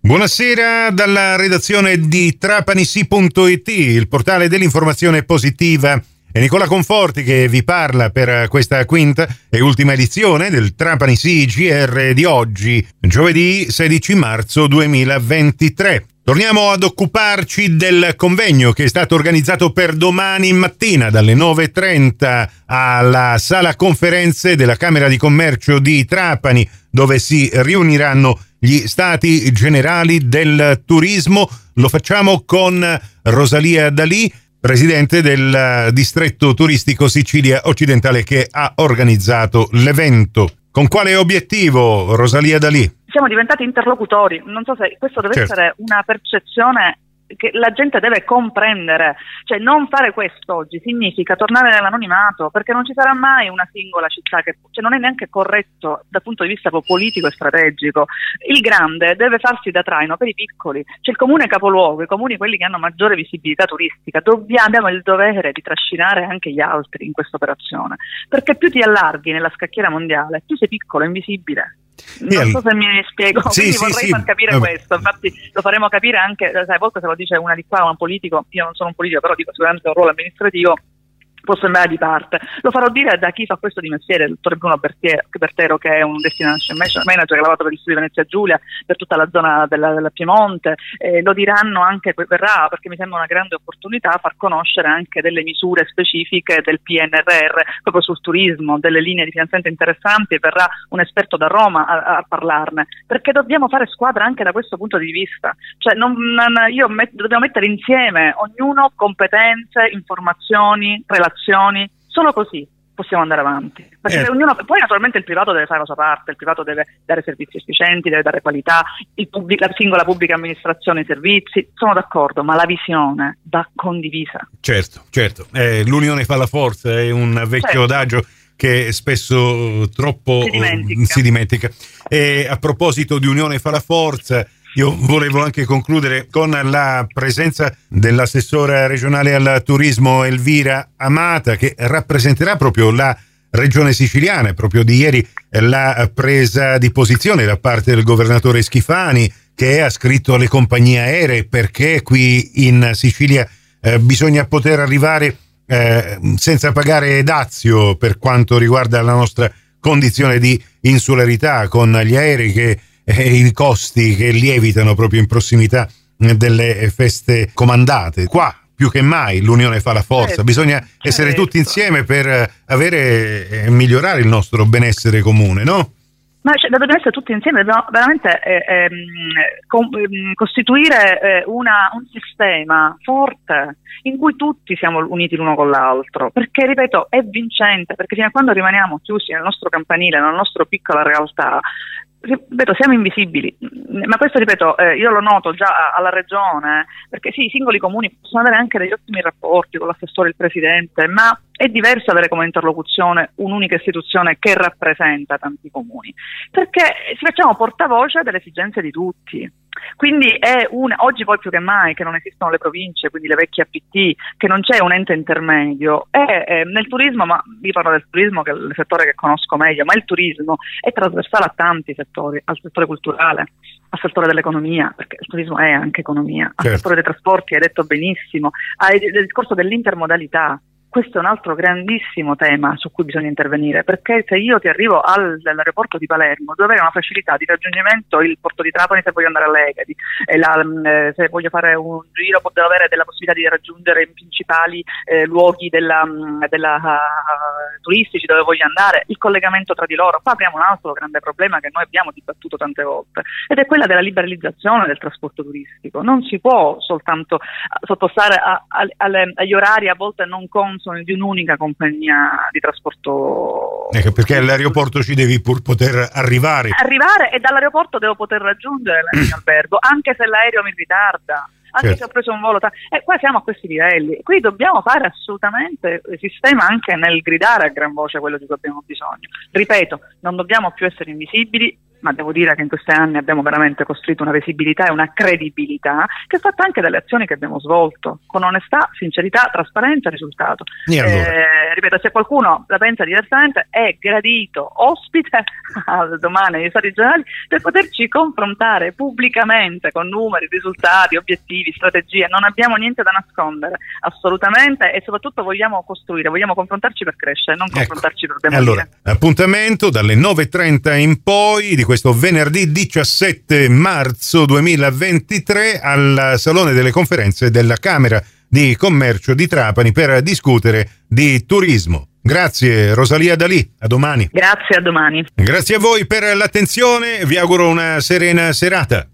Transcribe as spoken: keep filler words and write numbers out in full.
Buonasera dalla redazione di Trapanisi punto it, il portale dell'informazione positiva. È Nicola Conforti che vi parla per questa quinta e ultima edizione del Trapanisi G R di oggi, giovedì sedici marzo duemilaventitré. Torniamo ad occuparci del convegno che è stato organizzato per domani mattina dalle nove e trenta alla sala conferenze della Camera di Commercio di Trapani, dove si riuniranno gli stati generali del turismo. Lo facciamo con Rosalia Dalì, presidente del distretto turistico Sicilia Occidentale, che ha organizzato l'evento. Con quale obiettivo, Rosalia Dalì? Siamo diventati interlocutori, non so se questo deve certo. essere una percezione che la gente deve comprendere, cioè non fare questo oggi significa tornare nell'anonimato, perché non ci sarà mai una singola città che, cioè non è neanche corretto dal punto di vista politico e strategico. Il grande deve farsi da traino per i piccoli, c'è il comune capoluogo, i comuni quelli che hanno maggiore visibilità turistica, dobbiamo, abbiamo il dovere di trascinare anche gli altri in questa operazione, perché più ti allarghi nella scacchiera mondiale, più sei piccolo e invisibile. Non so se mi spiego, sì, quindi sì, vorrei sì. far capire Vabbè. questo, infatti lo faremo capire anche, sai, a volte se lo dice una di qua, un politico, io non sono un politico, però dico sicuramente un ruolo amministrativo, può sembrare di parte. Lo farò dire da chi fa questo di mestiere, il dottor Bruno Bertero, che è un destination manager che ha lavorato per il studio Venezia Giulia, per tutta la zona della, della Piemonte, eh, lo diranno anche, verrà, perché mi sembra una grande opportunità far conoscere anche delle misure specifiche del P N R R proprio sul turismo, delle linee di finanziamento interessanti, e verrà un esperto da Roma a, a parlarne, perché dobbiamo fare squadra anche da questo punto di vista, cioè non, non, io met, dobbiamo mettere insieme ognuno competenze, informazioni, relazioni. Solo così possiamo andare avanti, perché eh. ognuno, poi naturalmente il privato deve fare la sua parte, il privato deve dare servizi efficienti, deve dare qualità, il pubblic, la singola pubblica amministrazione i servizi, sono d'accordo, ma la visione va condivisa. Certo, certo, eh, l'unione fa la forza, è un vecchio certo. adagio che spesso troppo si dimentica, si dimentica. E a proposito di unione fa la forza, io volevo anche concludere con la presenza dell'assessora regionale al turismo Elvira Amata, che rappresenterà proprio la regione siciliana. Proprio di ieri la presa di posizione da parte del governatore Schifani, che ha scritto alle compagnie aeree perché qui in Sicilia eh, bisogna poter arrivare eh, senza pagare dazio per quanto riguarda la nostra condizione di insularità, con gli aerei che e i costi che lievitano proprio in prossimità delle feste comandate. Qua più che mai l'unione fa la forza, certo, bisogna essere certo. tutti insieme per avere e migliorare il nostro benessere comune, no? Ma cioè, dobbiamo essere tutti insieme, dobbiamo veramente eh, ehm, com- costituire eh, una, un sistema forte in cui tutti siamo uniti l'uno con l'altro, perché ripeto è vincente, perché fino a quando rimaniamo chiusi nel nostro campanile, nella nostra piccola realtà, ripeto, siamo invisibili, ma questo ripeto eh, io lo noto già alla regione, perché sì, i singoli comuni possono avere anche degli ottimi rapporti con l'assessore e il presidente, ma è diverso avere come interlocuzione un'unica istituzione che rappresenta tanti comuni, perché ci facciamo portavoce delle esigenze di tutti. Quindi è un, oggi poi più che mai che non esistono le province, quindi le vecchie A P T, che non c'è un ente intermedio, e eh, nel turismo, ma vi parlo del turismo che è il settore che conosco meglio, ma il turismo è trasversale a tanti settori, al settore culturale, al settore dell'economia, perché il turismo è anche economia, al certo. settore dei trasporti, hai detto benissimo, al discorso dell'intermodalità. Questo è un altro grandissimo tema su cui bisogna intervenire, perché se io ti arrivo al, all'aeroporto di Palermo, devo avere una facilità di raggiungimento, il porto di Trapani se voglio andare all'Egadi, e la, eh, se voglio fare un giro devo avere della possibilità di raggiungere i principali eh, luoghi della, della, uh, turistici dove voglio andare, il collegamento tra di loro. Qua abbiamo un altro grande problema che noi abbiamo dibattuto tante volte, ed è quella della liberalizzazione del trasporto turistico. Non si può soltanto sottostare a, a, alle, agli orari a volte non consoni di un'unica compagnia di trasporto, ecco, perché all'aeroporto ci devi pur poter arrivare arrivare e dall'aeroporto devo poter raggiungere il mio albergo, anche se l'aereo mi ritarda, anche certo. se ho preso un volo ta- e qua siamo a questi livelli. Qui dobbiamo fare assolutamente sistema anche nel gridare a gran voce quello di cui abbiamo bisogno. Ripeto, non dobbiamo più essere invisibili, ma devo dire che in questi anni abbiamo veramente costruito una visibilità e una credibilità che è fatta anche dalle azioni che abbiamo svolto, con onestà, sincerità, trasparenza e risultato. E allora? Eh, ripeto, se qualcuno la pensa diversamente, è gradito ospite domani agli Stati Generali per poterci confrontare pubblicamente con numeri, risultati, obiettivi, strategie. Non abbiamo niente da nascondere, assolutamente, e soprattutto vogliamo costruire, vogliamo confrontarci per crescere, non confrontarci ecco. per demolire. Allora, appuntamento dalle nove e trenta in poi di questo venerdì diciassette marzo duemilaventitré al Salone delle Conferenze della Camera di Commercio di Trapani per discutere di turismo. Grazie Rosalia Dalì, a domani. Grazie, a domani. Grazie a voi per l'attenzione, vi auguro una serena serata.